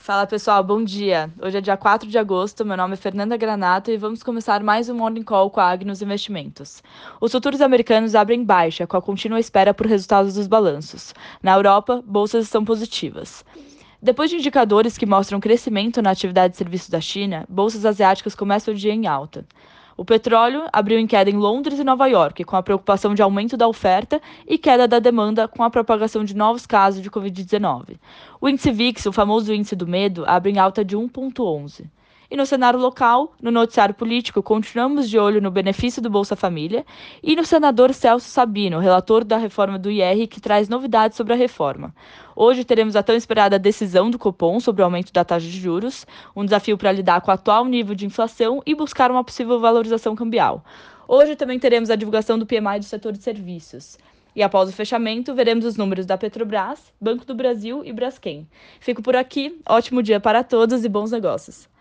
Fala pessoal, bom dia. Hoje é dia 4 de agosto, meu nome é Fernanda Granato e vamos começar mais um Morning Call com a Agnos Investimentos. Os futuros americanos abrem baixa, com a contínua espera por resultados dos balanços. Na Europa, bolsas estão positivas. Depois de indicadores que mostram crescimento na atividade de serviços da China, bolsas asiáticas começam o dia em alta. O petróleo abriu em queda em Londres e Nova York, com a preocupação de aumento da oferta e queda da demanda com a propagação de novos casos de Covid-19. O índice VIX, o famoso índice do medo, abre em alta de 1,11. E no cenário local, no noticiário político, continuamos de olho no benefício do Bolsa Família e no senador Celso Sabino, relator da reforma do IR, que traz novidades sobre a reforma. Hoje teremos a tão esperada decisão do Copom sobre o aumento da taxa de juros, um desafio para lidar com o atual nível de inflação e buscar uma possível valorização cambial. Hoje também teremos a divulgação do PMI do setor de serviços. E após o fechamento, veremos os números da Petrobras, Banco do Brasil e Braskem. Fico por aqui, ótimo dia para todos e bons negócios.